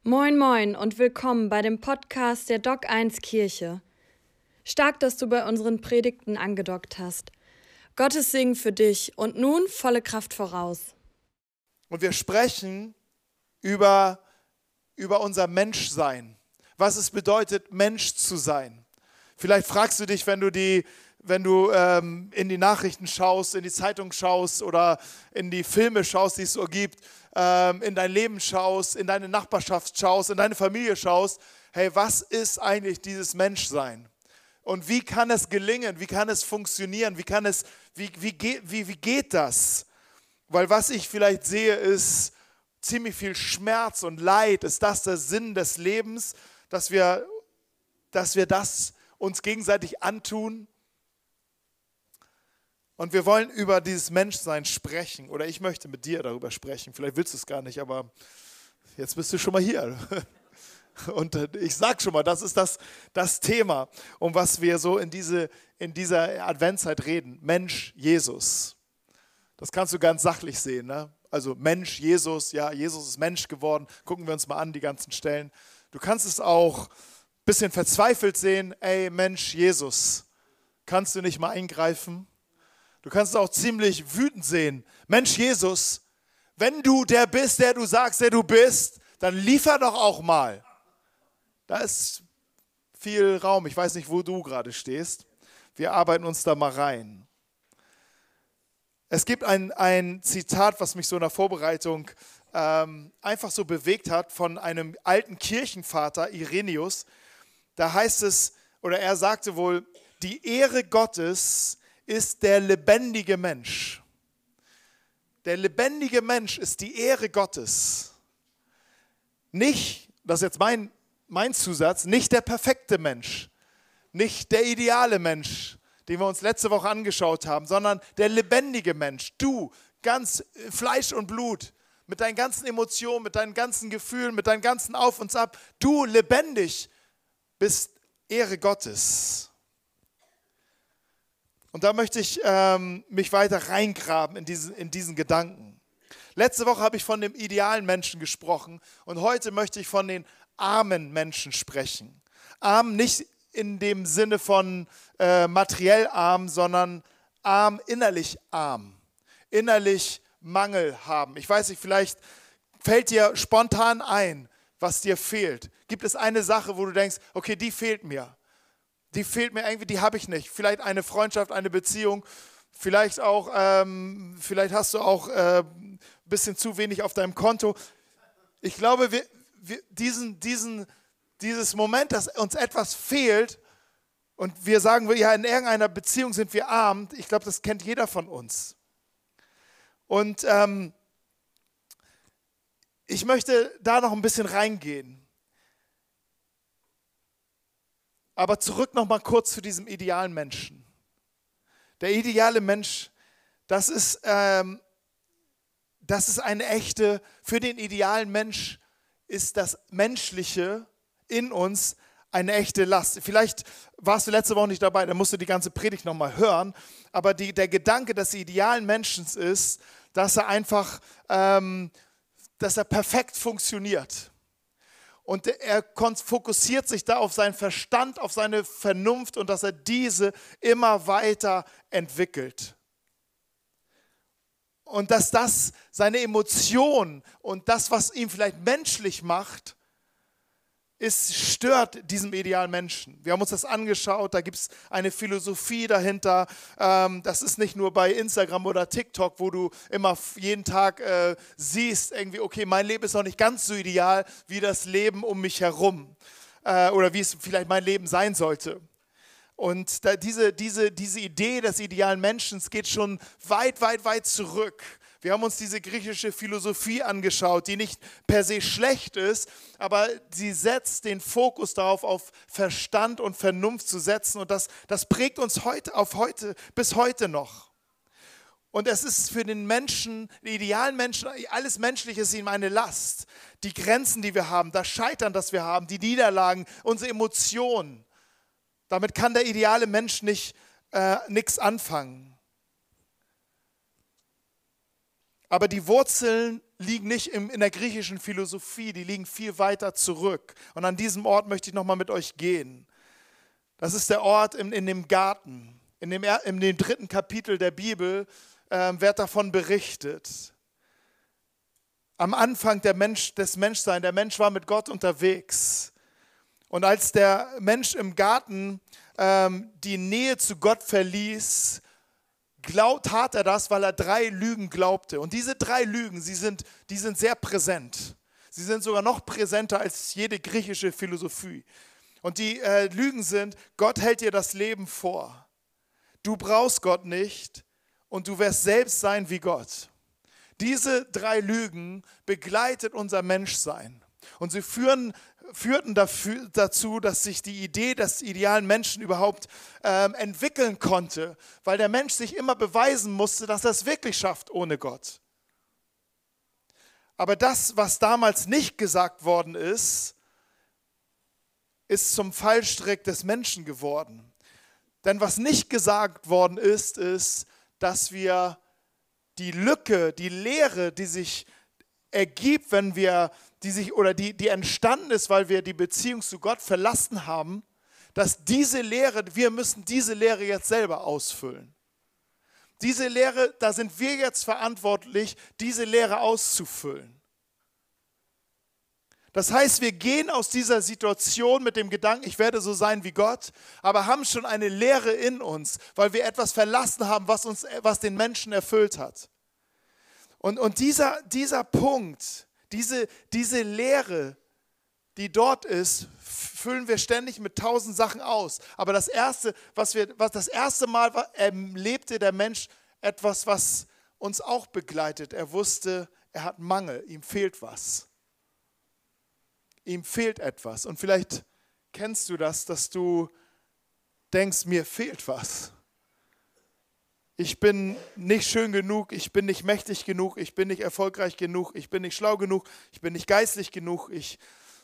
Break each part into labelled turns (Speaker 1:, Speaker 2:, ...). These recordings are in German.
Speaker 1: Moin Moin und willkommen bei dem Podcast der Doc 1 Kirche. Stark, dass du bei unseren Predigten angedockt hast. Gottes Segen für dich und nun volle Kraft voraus.
Speaker 2: Und wir sprechen über unser Menschsein, was es bedeutet, Mensch zu sein. Vielleicht fragst du dich, wenn du in die Nachrichten schaust, in die Zeitung schaust oder in die Filme schaust, die es so gibt, in dein Leben schaust, in deine Nachbarschaft schaust, in deine Familie schaust, hey, was ist eigentlich dieses Menschsein? Und wie kann es gelingen? Wie kann es funktionieren? Wie geht das? Weil was ich vielleicht sehe, ist ziemlich viel Schmerz und Leid. Ist das der Sinn des Lebens, dass wir das uns gegenseitig antun? Und wir wollen über dieses Menschsein sprechen. Oder ich möchte mit dir darüber sprechen. Vielleicht willst du es gar nicht, aber jetzt bist du schon mal hier. Und ich sage schon mal, das ist das Thema, um was wir so in dieser Adventszeit reden. Mensch, Jesus. Das kannst du ganz sachlich sehen, ne? Also Mensch, Jesus, ja, Jesus ist Mensch geworden. Gucken wir uns mal an, die ganzen Stellen. Du kannst es auch ein bisschen verzweifelt sehen. Ey, Mensch, Jesus, kannst du nicht mal eingreifen? Du kannst es auch ziemlich wütend sehen. Mensch, Jesus, wenn du der bist, der du sagst, der du bist, dann liefer doch auch mal. Da ist viel Raum. Ich weiß nicht, wo du gerade stehst. Wir arbeiten uns da mal rein. Es gibt ein Zitat, was mich so in der Vorbereitung einfach so bewegt hat, von einem alten Kirchenvater, Irenäus. Da heißt es, oder er sagte wohl, die Ehre Gottes ist der lebendige Mensch. Der lebendige Mensch ist die Ehre Gottes. Nicht, das ist jetzt mein Zusatz, nicht der perfekte Mensch, nicht der ideale Mensch, den wir uns letzte Woche angeschaut haben, sondern der lebendige Mensch. Du, ganz Fleisch und Blut, mit deinen ganzen Emotionen, mit deinen ganzen Gefühlen, mit deinen ganzen Auf und Ab. Du, lebendig, bist Ehre Gottes. Und da möchte ich mich weiter reingraben in diesen Gedanken. Letzte Woche habe ich von dem idealen Menschen gesprochen und heute möchte ich von den armen Menschen sprechen. Arm nicht in dem Sinne von materiell arm, sondern arm, innerlich Mangel haben. Ich weiß nicht, vielleicht fällt dir spontan ein, was dir fehlt. Gibt es eine Sache, wo du denkst, okay, die fehlt mir irgendwie, die habe ich nicht. Vielleicht eine Freundschaft, eine Beziehung, vielleicht hast du auch ein bisschen zu wenig auf deinem Konto. Ich glaube, dieses Moment, dass uns etwas fehlt und wir sagen, ja, in irgendeiner Beziehung sind wir arm, ich glaube, das kennt jeder von uns. Und ich möchte da noch ein bisschen reingehen. Aber zurück noch mal kurz zu diesem idealen Menschen. Der ideale Mensch, das ist eine echte, für den idealen Mensch ist das Menschliche in uns eine echte Last. Vielleicht warst du letzte Woche nicht dabei, dann musst du die ganze Predigt noch mal hören. Aber der Gedanke des idealen Menschen ist, dass er einfach, dass er perfekt funktioniert. Und er fokussiert sich da auf seinen Verstand, auf seine Vernunft und dass er diese immer weiter entwickelt. Und dass das seine Emotionen und das, was ihn vielleicht menschlich macht, stört diesem idealen Menschen. Wir haben uns das angeschaut, da gibt es eine Philosophie dahinter. Das ist nicht nur bei Instagram oder TikTok, wo du immer jeden Tag siehst, irgendwie, okay, mein Leben ist noch nicht ganz so ideal wie das Leben um mich herum oder wie es vielleicht mein Leben sein sollte. Und diese Idee des idealen Menschen geht schon weit, weit, weit zurück. Wir haben uns diese griechische Philosophie angeschaut, die nicht per se schlecht ist, aber sie setzt den Fokus darauf, auf Verstand und Vernunft zu setzen. Und das prägt uns bis heute noch. Und es ist für den Menschen, den idealen Menschen, alles Menschliche ist ihm eine Last. Die Grenzen, die wir haben, das Scheitern, das wir haben, die Niederlagen, unsere Emotionen. Damit kann der ideale Mensch nichts anfangen. Aber die Wurzeln liegen nicht in der griechischen Philosophie, die liegen viel weiter zurück. Und an diesem Ort möchte ich nochmal mit euch gehen. Das ist der Ort in dem Garten. In dem 3. Kapitel der Bibel wird davon berichtet. Am Anfang des Menschseins, der Mensch war mit Gott unterwegs. Und als der Mensch im Garten die Nähe zu Gott verließ, tat er das, weil er 3 Lügen glaubte. Und diese 3 Lügen, die sind sehr präsent. Sie sind sogar noch präsenter als jede griechische Philosophie. Und die Lügen sind, Gott hält dir das Leben vor. Du brauchst Gott nicht und du wirst selbst sein wie Gott. Diese 3 Lügen begleitet unser Menschsein. Und sie führten dazu, dass sich die Idee des idealen Menschen überhaupt entwickeln konnte, weil der Mensch sich immer beweisen musste, dass er es wirklich schafft ohne Gott. Aber das, was damals nicht gesagt worden ist, ist zum Fallstrick des Menschen geworden. Denn was nicht gesagt worden ist, dass wir die Lücke, die Leere, die sich ergibt, die entstanden ist, weil wir die Beziehung zu Gott verlassen haben, dass wir müssen diese Leere jetzt selber ausfüllen. Diese Leere, da sind wir jetzt verantwortlich, diese Leere auszufüllen. Das heißt, wir gehen aus dieser Situation mit dem Gedanken, ich werde so sein wie Gott, aber haben schon eine Leere in uns, weil wir etwas verlassen haben, was den Menschen erfüllt hat. Und dieser Punkt, diese Leere, die dort ist, füllen wir ständig mit 1000 Sachen aus. Aber das erste Mal erlebte der Mensch etwas, was uns auch begleitet. Er wusste, er hat Mangel, ihm fehlt was. Ihm fehlt etwas. Und vielleicht kennst du das, dass du denkst, mir fehlt was. Ich bin nicht schön genug, ich bin nicht mächtig genug, ich bin nicht erfolgreich genug, ich bin nicht schlau genug, ich bin nicht geistlich genug, ich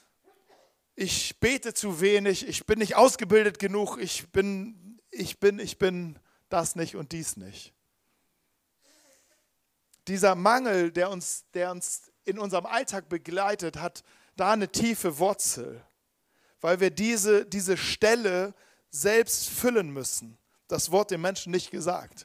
Speaker 2: bete zu wenig, ich bin nicht ausgebildet genug, ich bin das nicht und dies nicht. Dieser Mangel, der uns in unserem Alltag begleitet, hat da eine tiefe Wurzel, weil wir diese Stelle selbst füllen müssen. Das Wort dem Menschen nicht gesagt.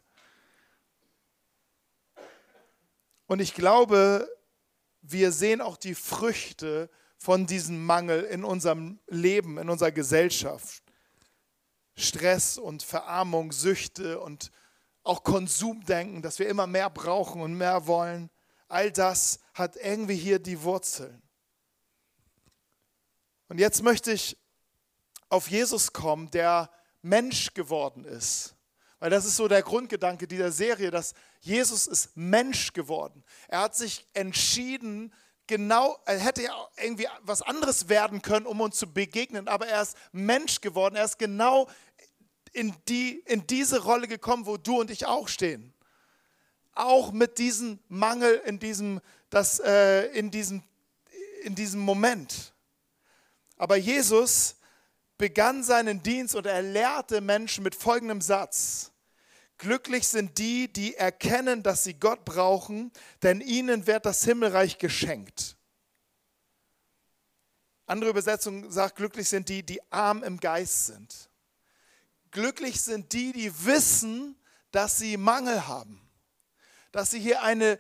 Speaker 2: Und ich glaube, wir sehen auch die Früchte von diesem Mangel in unserem Leben, in unserer Gesellschaft. Stress und Verarmung, Süchte und auch Konsumdenken, dass wir immer mehr brauchen und mehr wollen. All das hat irgendwie hier die Wurzeln. Und jetzt möchte ich auf Jesus kommen, der Mensch geworden ist. Weil das ist so der Grundgedanke dieser Serie, dass Jesus ist Mensch geworden. Er hat sich entschieden, er hätte ja irgendwie was anderes werden können, um uns zu begegnen, aber er ist Mensch geworden. Er ist genau in diese Rolle gekommen, wo du und ich auch stehen. Auch mit diesem Mangel in diesem Moment. Aber Jesus begann seinen Dienst und er lehrte Menschen mit folgendem Satz: Glücklich sind die, die erkennen, dass sie Gott brauchen, denn ihnen wird das Himmelreich geschenkt. Andere Übersetzung sagt, glücklich sind die, die arm im Geist sind. Glücklich sind die, die wissen, dass sie Mangel haben. Dass sie hier ein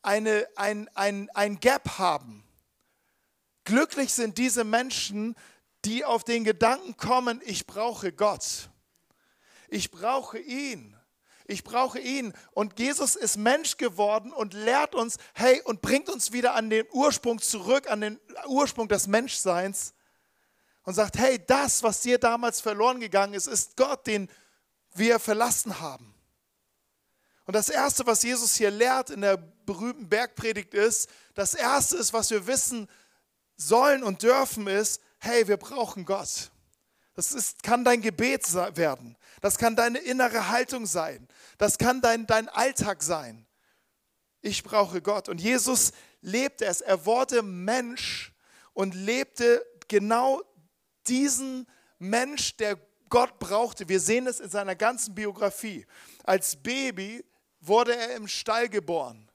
Speaker 2: Gap haben. Glücklich sind diese Menschen, die auf den Gedanken kommen, ich brauche Gott. Ich brauche ihn. Ich brauche ihn. Und Jesus ist Mensch geworden und lehrt uns, hey, und bringt uns wieder an den Ursprung zurück, an den Ursprung des Menschseins. Und sagt, hey, das, was dir damals verloren gegangen ist, ist Gott, den wir verlassen haben. Und das Erste, was Jesus hier lehrt in der berühmten Bergpredigt ist, das Erste ist, was wir wissen sollen und dürfen, ist, hey, wir brauchen Gott. Kann dein Gebet werden. Das kann deine innere Haltung sein. Das kann dein Alltag sein. Ich brauche Gott. Und Jesus lebte es. Er wurde Mensch und lebte genau diesen Mensch, der Gott brauchte. Wir sehen es in seiner ganzen Biografie. Als Baby wurde er im Stall geboren.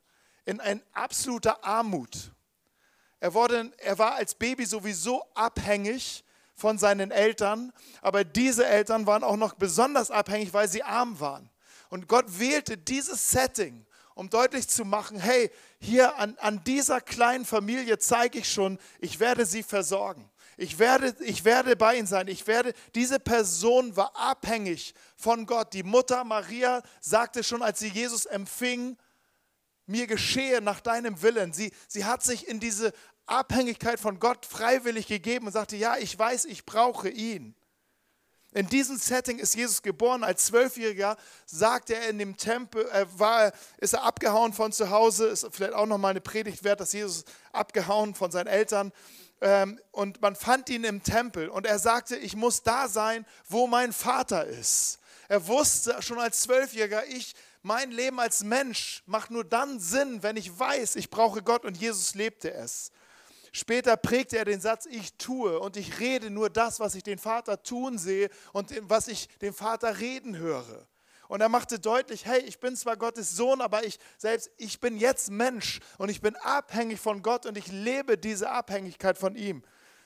Speaker 2: in absoluter Armut. Er war als Baby sowieso abhängig von seinen Eltern, aber diese Eltern waren auch noch besonders abhängig, weil sie arm waren. Und Gott wählte dieses Setting, um deutlich zu machen, hey, hier an dieser kleinen Familie zeige ich schon, ich werde sie versorgen. Ich werde bei ihnen sein. Diese Person war abhängig von Gott. Die Mutter Maria sagte schon, als sie Jesus empfing, mir geschehe nach deinem Willen. Sie hat sich in diese Abhängigkeit von Gott freiwillig gegeben und sagte, ja, ich weiß, ich brauche ihn. In diesem Setting ist Jesus geboren. Als 12-Jähriger sagte er in dem Tempel, ist er abgehauen von zu Hause, ist vielleicht auch nochmal eine Predigt wert, dass Jesus abgehauen von seinen Eltern. Und man fand ihn im Tempel und er sagte, ich muss da sein, wo mein Vater ist. Er wusste schon als 12-Jähriger, mein Leben als Mensch macht nur dann Sinn, wenn ich weiß, ich brauche Gott, und Jesus lebte es. Später prägte er den Satz, ich tue und ich rede nur das, was ich den Vater tun sehe und was ich den Vater reden höre. Und er machte deutlich, hey, ich bin zwar Gottes Sohn, aber ich bin jetzt Mensch und ich bin abhängig von Gott und ich lebe diese Abhängigkeit von ihm.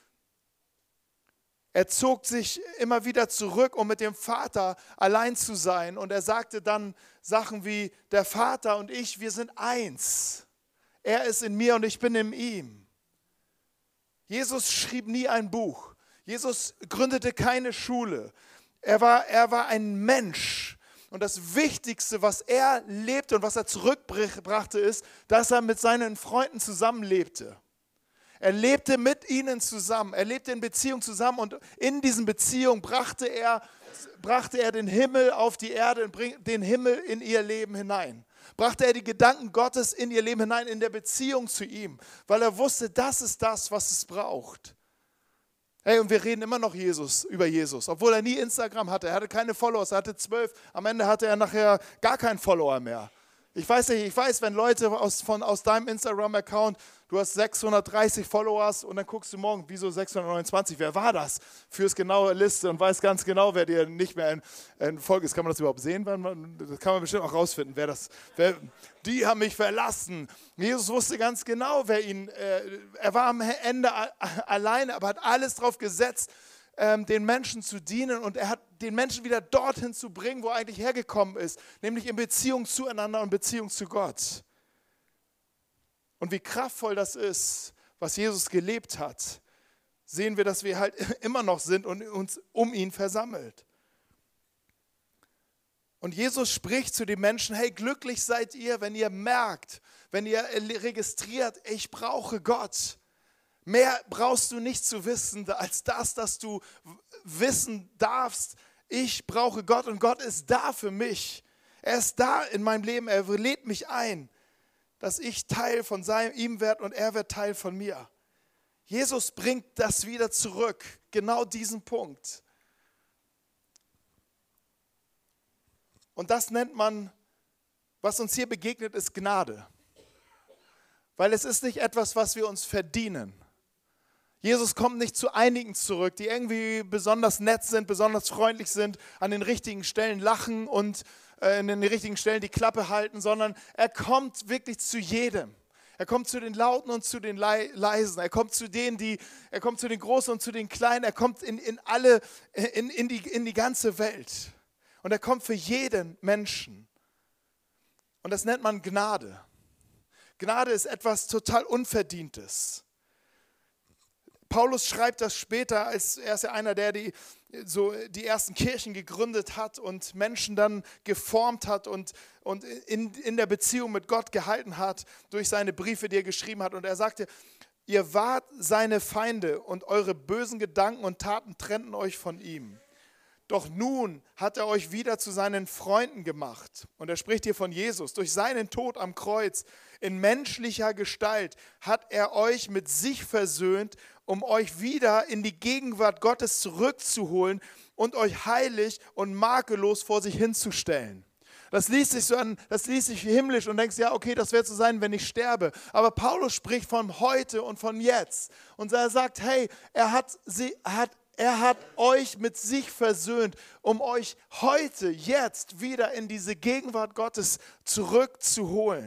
Speaker 2: Er zog sich immer wieder zurück, um mit dem Vater allein zu sein. Und er sagte dann Sachen wie, der Vater und ich, wir sind eins. Er ist in mir und ich bin in ihm. Jesus schrieb nie ein Buch. Jesus gründete keine Schule. Er war ein Mensch. Und das Wichtigste, was er lebte und was er zurückbrachte, ist, dass er mit seinen Freunden zusammenlebte. Er lebte mit ihnen zusammen. Er lebte in Beziehung zusammen und in diesen Beziehungen brachte er den Himmel auf die Erde und den Himmel in ihr Leben hinein. Brachte er die Gedanken Gottes in ihr Leben hinein, in der Beziehung zu ihm, weil er wusste, das ist das, was es braucht. Hey, und wir reden immer noch über Jesus, obwohl er nie Instagram hatte. Er hatte keine Followers, er hatte 12. Am Ende hatte er nachher gar keinen Follower mehr. Ich weiß, wenn Leute aus deinem Instagram-Account, du hast 630 Followers und dann guckst du morgen, wieso 629, wer war das? Führst genaue Liste und weißt ganz genau, wer dir nicht mehr in Folge ist. Kann man das überhaupt sehen? Das kann man bestimmt auch rausfinden, die haben mich verlassen. Jesus wusste ganz genau, er war am Ende alleine, aber hat alles drauf gesetzt, den Menschen zu dienen, und er hat den Menschen wieder dorthin zu bringen, wo er eigentlich hergekommen ist, nämlich in Beziehung zueinander und Beziehung zu Gott. Und wie kraftvoll das ist, was Jesus gelebt hat, sehen wir, dass wir halt immer noch sind und uns um ihn versammelt. Und Jesus spricht zu den Menschen, hey, glücklich seid ihr, wenn ihr merkt, wenn ihr registriert, ich brauche Gott. Mehr brauchst du nicht zu wissen, als dass du wissen darfst, ich brauche Gott und Gott ist da für mich. Er ist da in meinem Leben, er lädt mich ein, dass ich Teil von ihm werde und er wird Teil von mir. Jesus bringt das wieder zurück, genau diesen Punkt. Und das nennt man, was uns hier begegnet, ist Gnade. Weil es ist nicht etwas, was wir uns verdienen. Jesus kommt nicht zu einigen zurück, die irgendwie besonders nett sind, besonders freundlich sind, an den richtigen Stellen lachen und in den richtigen Stellen die Klappe halten, sondern er kommt wirklich zu jedem. Er kommt zu den Lauten und zu den Leisen. Er kommt zu den Großen und zu den Kleinen. Er kommt in die ganze Welt. Und er kommt für jeden Menschen. Und das nennt man Gnade. Gnade ist etwas total Unverdientes. Paulus schreibt das später, er ist ja einer, der die ersten Kirchen gegründet hat und Menschen dann geformt hat und in der Beziehung mit Gott gehalten hat durch seine Briefe, die er geschrieben hat. Und er sagte, ihr wart seine Feinde und eure bösen Gedanken und Taten trennten euch von ihm. Doch nun hat er euch wieder zu seinen Freunden gemacht. Und er spricht hier von Jesus. Durch seinen Tod am Kreuz in menschlicher Gestalt hat er euch mit sich versöhnt, um euch wieder in die Gegenwart Gottes zurückzuholen und euch heilig und makellos vor sich hinzustellen. Das liest sich himmlisch und denkst, ja, okay, das wird so sein, wenn ich sterbe. Aber Paulus spricht von heute und von jetzt. Und er sagt, hey, er hat euch mit sich versöhnt, um euch heute, jetzt wieder in diese Gegenwart Gottes zurückzuholen.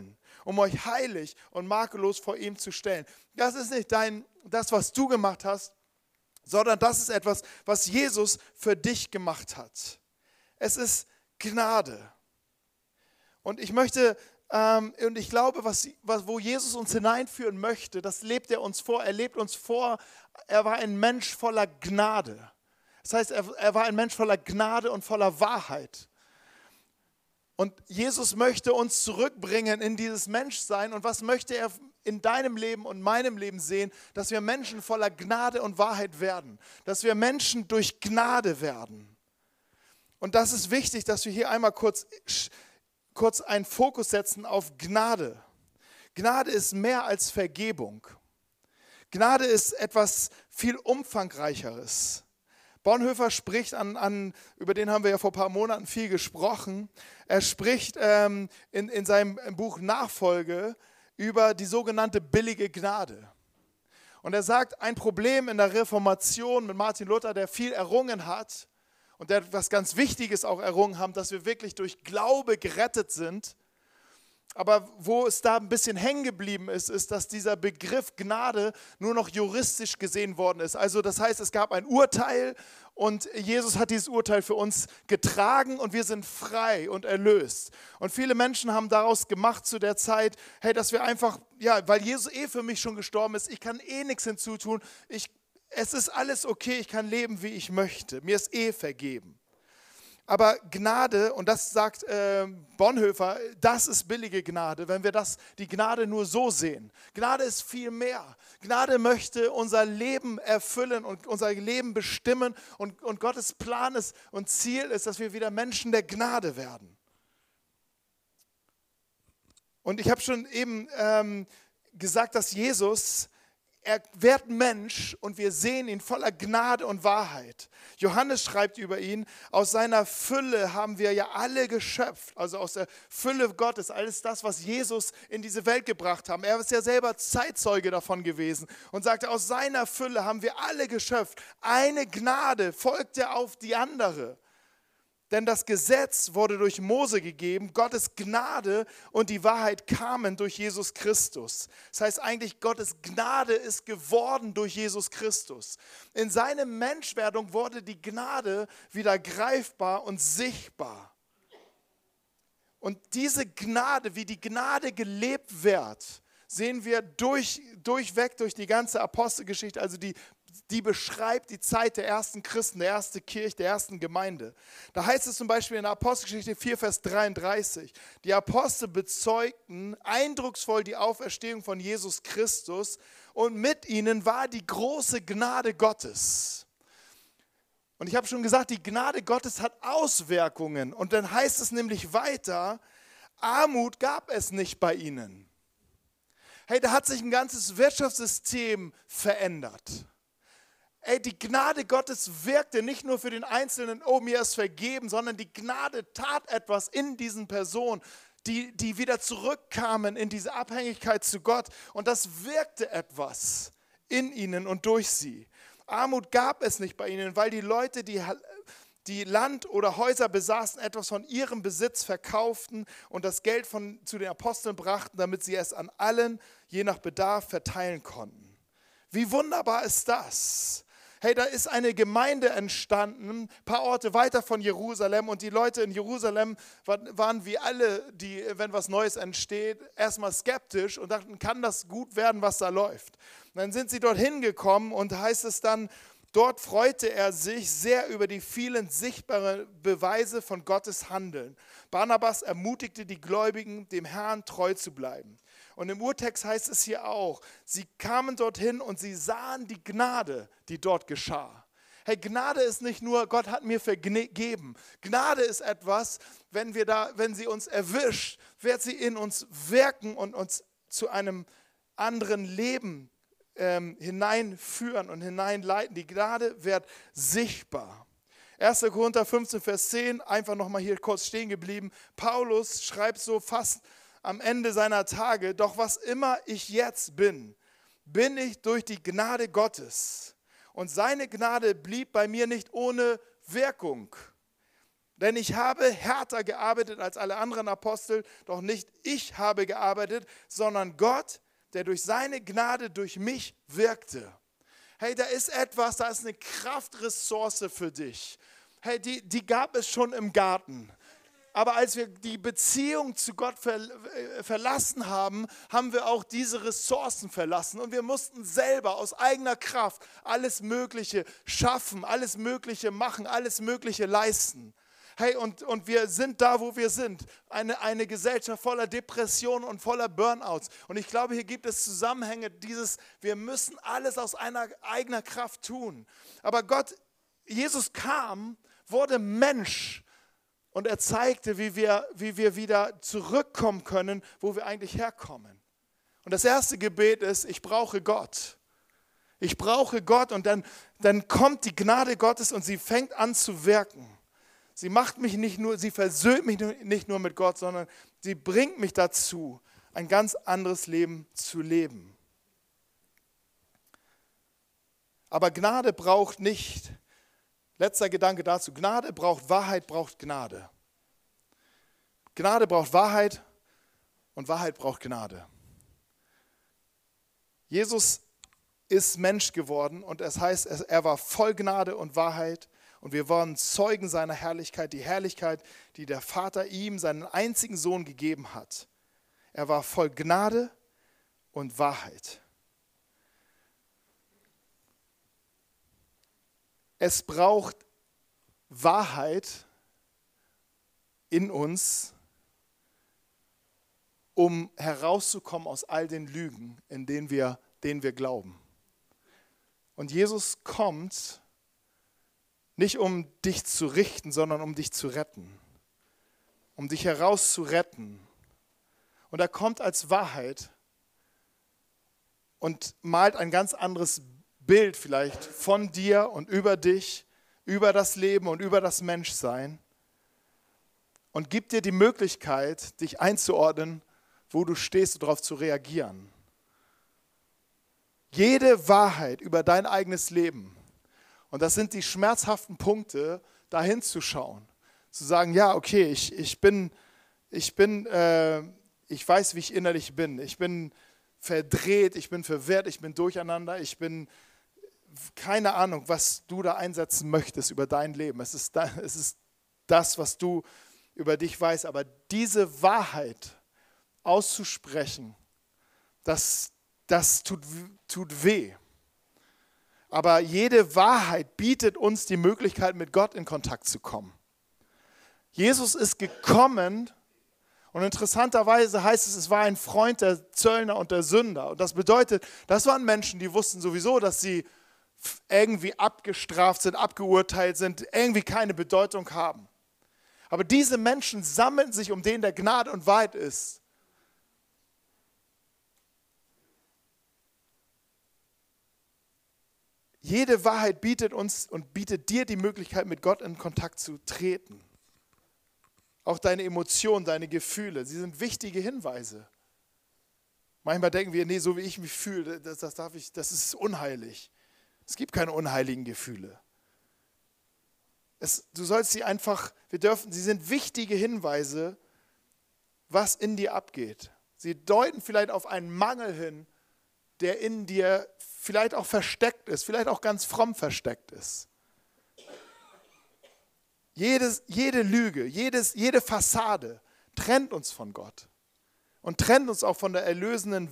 Speaker 2: um euch heilig und makellos vor ihm zu stellen. Das ist nicht das, was du gemacht hast, sondern das ist etwas, was Jesus für dich gemacht hat. Es ist Gnade. Und ich möchte, und ich glaube, wo Jesus uns hineinführen möchte, das lebt er uns vor. Er lebt uns vor, er war ein Mensch voller Gnade. Das heißt, er war ein Mensch voller Gnade und voller Wahrheit. Und Jesus möchte uns zurückbringen in dieses Menschsein. Und was möchte er in deinem Leben und meinem Leben sehen? Dass wir Menschen voller Gnade und Wahrheit werden. Dass wir Menschen durch Gnade werden. Und das ist wichtig, dass wir hier einmal kurz einen Fokus setzen auf Gnade. Gnade ist mehr als Vergebung. Gnade ist etwas viel Umfangreicheres. Bonhoeffer spricht über den haben wir ja vor ein paar Monaten viel gesprochen. Er spricht in seinem Buch Nachfolge über die sogenannte billige Gnade. Und er sagt, ein Problem in der Reformation mit Martin Luther, der viel errungen hat und der etwas ganz Wichtiges auch errungen hat, dass wir wirklich durch Glaube gerettet sind. Aber wo es da ein bisschen hängen geblieben ist, ist, dass dieser Begriff Gnade nur noch juristisch gesehen worden ist. Also das heißt, es gab ein Urteil und Jesus hat dieses Urteil für uns getragen und wir sind frei und erlöst. Und viele Menschen haben daraus gemacht zu der Zeit, hey, dass wir einfach, ja, weil Jesus für mich schon gestorben ist, ich kann nichts hinzutun, es ist alles okay, ich kann leben, wie ich möchte, mir ist vergeben. Aber Gnade, und das sagt Bonhoeffer, das ist billige Gnade, wenn wir die Gnade nur so sehen. Gnade ist viel mehr. Gnade möchte unser Leben erfüllen und unser Leben bestimmen. Und Gottes Plan ist und Ziel ist, dass wir wieder Menschen der Gnade werden. Und ich habe schon eben gesagt, dass Jesus, er wird Mensch und wir sehen ihn voller Gnade und Wahrheit. Johannes schreibt über ihn, aus seiner Fülle haben wir ja alle geschöpft, also aus der Fülle Gottes, alles das, was Jesus in diese Welt gebracht hat. Er ist ja selber Zeitzeuge davon gewesen und sagte, aus seiner Fülle haben wir alle geschöpft. Eine Gnade folgte auf die andere. Denn das Gesetz wurde durch Mose gegeben, Gottes Gnade und die Wahrheit kamen durch Jesus Christus. Das heißt eigentlich, Gottes Gnade ist geworden durch Jesus Christus. In seiner Menschwerdung wurde die Gnade wieder greifbar und sichtbar. Und diese Gnade, wie die Gnade gelebt wird, sehen wir durchweg durch die ganze Apostelgeschichte, also die beschreibt die Zeit der ersten Christen, der ersten Kirche, der ersten Gemeinde. Da heißt es zum Beispiel in der Apostelgeschichte 4, Vers 33, die Apostel bezeugten eindrucksvoll die Auferstehung von Jesus Christus und mit ihnen war die große Gnade Gottes. Und ich habe schon gesagt, die Gnade Gottes hat Auswirkungen. Und dann heißt es nämlich weiter, Armut gab es nicht bei ihnen. Hey, da hat sich ein ganzes Wirtschaftssystem verändert. Ey, die Gnade Gottes wirkte nicht nur für den Einzelnen, oh, mir ist vergeben, sondern die Gnade tat etwas in diesen Personen, die wieder zurückkamen in diese Abhängigkeit zu Gott. Und das wirkte etwas in ihnen und durch sie. Armut gab es nicht bei ihnen, weil die Leute, die Land oder Häuser besaßen, etwas von ihrem Besitz verkauften und das Geld zu den Aposteln brachten, damit sie es an allen, je nach Bedarf, verteilen konnten. Wie wunderbar ist das? Hey, da ist eine Gemeinde entstanden, ein paar Orte weiter von Jerusalem und die Leute in Jerusalem waren wie alle, die, wenn was Neues entsteht, erstmal skeptisch und dachten, kann das gut werden, was da läuft? Und dann sind sie dorthin gekommen und heißt es dann, dort freute er sich sehr über die vielen sichtbaren Beweise von Gottes Handeln. Barnabas ermutigte die Gläubigen, dem Herrn treu zu bleiben. Und im Urtext heißt es hier auch, sie kamen dorthin und sie sahen die Gnade, die dort geschah. Hey, Gnade ist nicht nur, Gott hat mir vergeben. Gnade ist etwas, wenn sie uns erwischt, wird sie in uns wirken und uns zu einem anderen Leben hineinführen und hineinleiten. Die Gnade wird sichtbar. 1. Korinther 15, Vers 10, einfach nochmal hier kurz stehen geblieben. Paulus schreibt so fast am Ende seiner Tage, doch was immer ich jetzt bin ich durch die Gnade Gottes. Und seine Gnade blieb bei mir nicht ohne Wirkung. Denn ich habe härter gearbeitet als alle anderen Apostel, doch nicht ich habe gearbeitet, sondern Gott, der durch seine Gnade durch mich wirkte. Hey, da ist etwas, da ist eine Kraftressource für dich. Hey, die gab es schon im Garten. Aber als wir die Beziehung zu Gott verlassen haben, haben wir auch diese Ressourcen verlassen. Und wir mussten selber aus eigener Kraft alles Mögliche schaffen, alles Mögliche machen, alles Mögliche leisten. Hey, und wir sind da, wo wir sind. Eine Gesellschaft voller Depressionen und voller Burnouts. Und ich glaube, hier gibt es Zusammenhänge, wir müssen alles aus eigener Kraft tun. Aber Jesus kam, wurde Mensch und er zeigte, wie wir wieder zurückkommen können, wo wir eigentlich herkommen. Und das erste Gebet ist, ich brauche Gott. Ich brauche Gott und dann kommt die Gnade Gottes und sie fängt an zu wirken. Sie versöhnt mich nicht nur mit Gott, sondern sie bringt mich dazu, ein ganz anderes Leben zu leben. Aber Gnade braucht nicht, letzter Gedanke dazu, Gnade braucht Wahrheit, braucht Gnade. Gnade braucht Wahrheit und Wahrheit braucht Gnade. Jesus ist Mensch geworden und es heißt, er war voll Gnade und Wahrheit. Und wir waren Zeugen seiner Herrlichkeit, die Herrlichkeit, die der Vater ihm, seinen einzigen Sohn, gegeben hat. Er war voll Gnade und Wahrheit. Es braucht Wahrheit in uns, um herauszukommen aus all den Lügen, denen wir glauben. Und Jesus kommt nicht um dich zu richten, sondern um dich zu retten. Um dich herauszuretten. Und er kommt als Wahrheit und malt ein ganz anderes Bild vielleicht von dir und über dich, über das Leben und über das Menschsein. Und gibt dir die Möglichkeit, dich einzuordnen, wo du stehst und darauf zu reagieren. Jede Wahrheit über dein eigenes Leben. Und das sind die schmerzhaften Punkte, da hinzuschauen. Zu sagen, ja, okay, ich weiß, wie ich innerlich bin. Ich bin verdreht, ich bin verwirrt, ich bin durcheinander, ich bin, keine Ahnung, was du da einsetzen möchtest über dein Leben. Es ist das, was du über dich weißt. Aber diese Wahrheit auszusprechen, das tut weh. Aber jede Wahrheit bietet uns die Möglichkeit, mit Gott in Kontakt zu kommen. Jesus ist gekommen und interessanterweise heißt es war ein Freund der Zöllner und der Sünder. Und das bedeutet, das waren Menschen, die wussten sowieso, dass sie irgendwie abgestraft sind, abgeurteilt sind, irgendwie keine Bedeutung haben. Aber diese Menschen sammeln sich um den, der Gnade und Wahrheit ist. Jede Wahrheit bietet uns und bietet dir die Möglichkeit, mit Gott in Kontakt zu treten. Auch deine Emotionen, deine Gefühle, sie sind wichtige Hinweise. Manchmal denken wir, nee, so wie ich mich fühle, das ist unheilig. Es gibt keine unheiligen Gefühle. Du sollst sie einfach, sie sind wichtige Hinweise, was in dir abgeht. Sie deuten vielleicht auf einen Mangel hin, der in dir vielleicht auch versteckt ist, vielleicht auch ganz fromm versteckt ist. Jede Lüge, jede Fassade trennt uns von Gott und trennt uns auch von das erlösende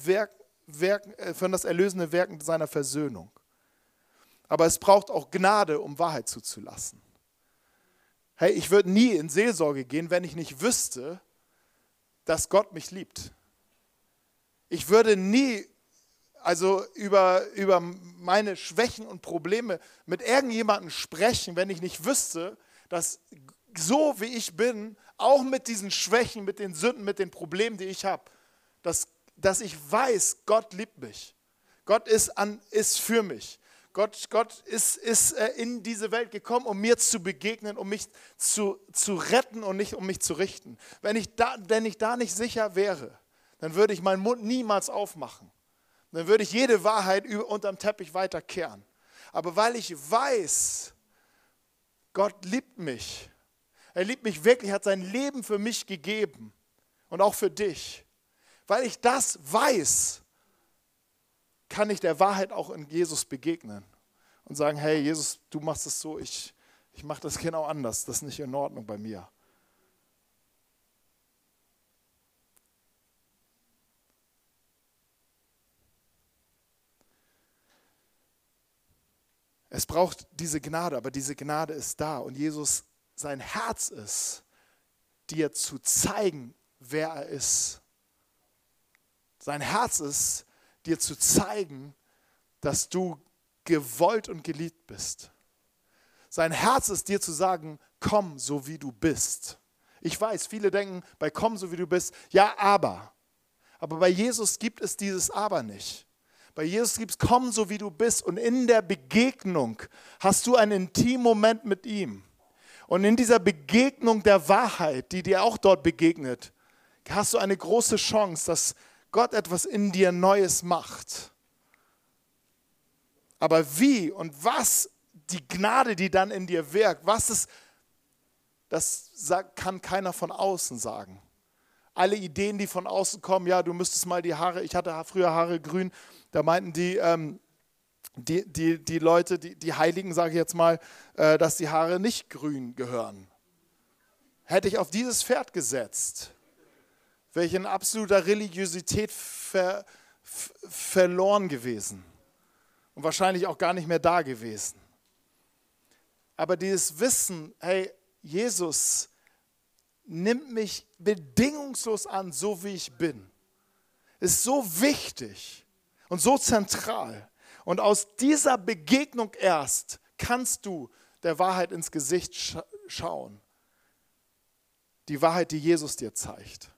Speaker 2: Wirken seiner Versöhnung. Aber es braucht auch Gnade, um Wahrheit zuzulassen. Hey, ich würde nie in Seelsorge gehen, wenn ich nicht wüsste, dass Gott mich liebt. Ich würde nie über meine Schwächen und Probleme mit irgendjemandem sprechen, wenn ich nicht wüsste, dass so wie ich bin, auch mit diesen Schwächen, mit den Sünden, mit den Problemen, die ich habe, dass ich weiß, Gott liebt mich. Gott ist für mich. Gott ist in diese Welt gekommen, um mir zu begegnen, um mich zu retten und nicht um mich zu richten. Wenn ich da nicht sicher wäre, dann würde ich meinen Mund niemals aufmachen. Dann würde ich jede Wahrheit unterm Teppich weiterkehren. Aber weil ich weiß, Gott liebt mich, Er liebt mich wirklich, hat sein Leben für mich gegeben und auch für dich. Weil ich das weiß, kann ich der Wahrheit auch in Jesus begegnen und sagen, hey Jesus, du machst es so, ich mache das genau anders, das ist nicht in Ordnung bei mir. Es braucht diese Gnade, aber diese Gnade ist da und Jesus, sein Herz ist, dir zu zeigen, wer er ist. Sein Herz ist, dir zu zeigen, dass du gewollt und geliebt bist. Sein Herz ist, dir zu sagen, komm, so wie du bist. Ich weiß, viele denken, bei komm, so wie du bist, ja, aber. Aber bei Jesus gibt es dieses Aber nicht. Bei Jesus gibt es komm, so wie du bist. Und in der Begegnung hast du einen intimen Moment mit ihm. Und in dieser Begegnung der Wahrheit, die dir auch dort begegnet, hast du eine große Chance, dass Gott etwas in dir Neues macht. Aber wie und was die Gnade, die dann in dir wirkt, was ist, das kann keiner von außen sagen. Alle Ideen, die von außen kommen, ja, du müsstest mal die Haare, ich hatte früher Haare grün, da meinten die Leute, die Heiligen, sage ich jetzt mal, dass die Haare nicht grün gehören. Hätte ich auf dieses Pferd gesetzt, wäre ich in absoluter Religiosität verloren gewesen und wahrscheinlich auch gar nicht mehr da gewesen. Aber dieses Wissen, hey, Jesus nimmt mich bedingungslos an, so wie ich bin, ist so wichtig und so zentral. Und aus dieser Begegnung erst kannst du der Wahrheit ins Gesicht schauen. Die Wahrheit, die Jesus dir zeigt.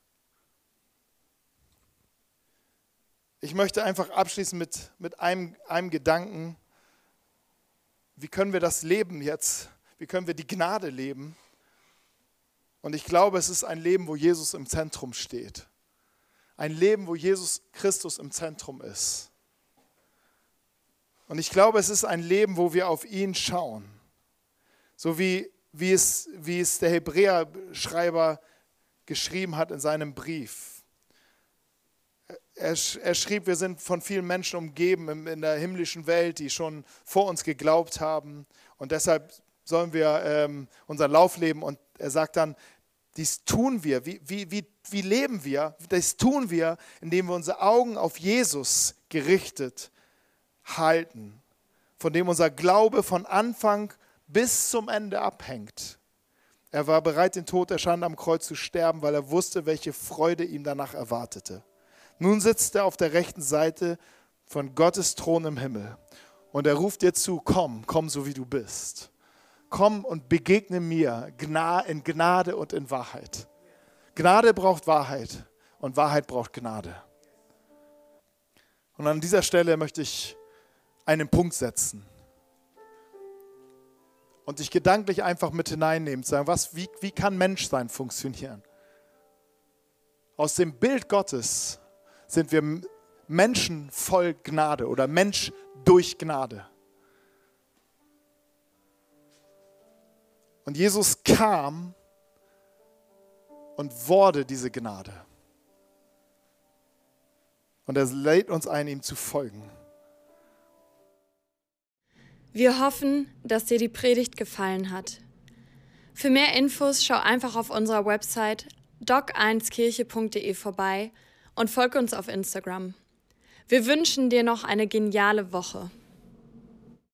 Speaker 2: Ich möchte einfach abschließen mit einem Gedanken. Wie können wir das leben jetzt? Wie können wir die Gnade leben? Und ich glaube, es ist ein Leben, wo Jesus im Zentrum steht. Ein Leben, wo Jesus Christus im Zentrum ist. Und ich glaube, es ist ein Leben, wo wir auf ihn schauen. So wie es der Hebräerschreiber geschrieben hat in seinem Brief. Er schrieb, wir sind von vielen Menschen umgeben in der himmlischen Welt, die schon vor uns geglaubt haben. Und deshalb sollen wir unseren Lauf leben. Und er sagt dann, dies tun wir. Wie leben wir? Das tun wir, indem wir unsere Augen auf Jesus gerichtet halten, von dem unser Glaube von Anfang bis zum Ende abhängt. Er war bereit, den Tod der Schande am Kreuz zu sterben, weil er wusste, welche Freude ihm danach erwartete. Nun sitzt er auf der rechten Seite von Gottes Thron im Himmel und er ruft dir zu, komm so wie du bist. Komm und begegne mir in Gnade und in Wahrheit. Gnade braucht Wahrheit und Wahrheit braucht Gnade. Und an dieser Stelle möchte ich einen Punkt setzen und dich gedanklich einfach mit hineinnehmen, zu sagen, wie kann Menschsein funktionieren? Aus dem Bild Gottes sind wir Menschen voll Gnade oder Mensch durch Gnade. Und Jesus kam und wurde diese Gnade. Und er lädt uns ein, ihm zu folgen.
Speaker 1: Wir hoffen, dass dir die Predigt gefallen hat. Für mehr Infos schau einfach auf unserer Website doc1kirche.de vorbei und folge uns auf Instagram. Wir wünschen dir noch eine geniale Woche.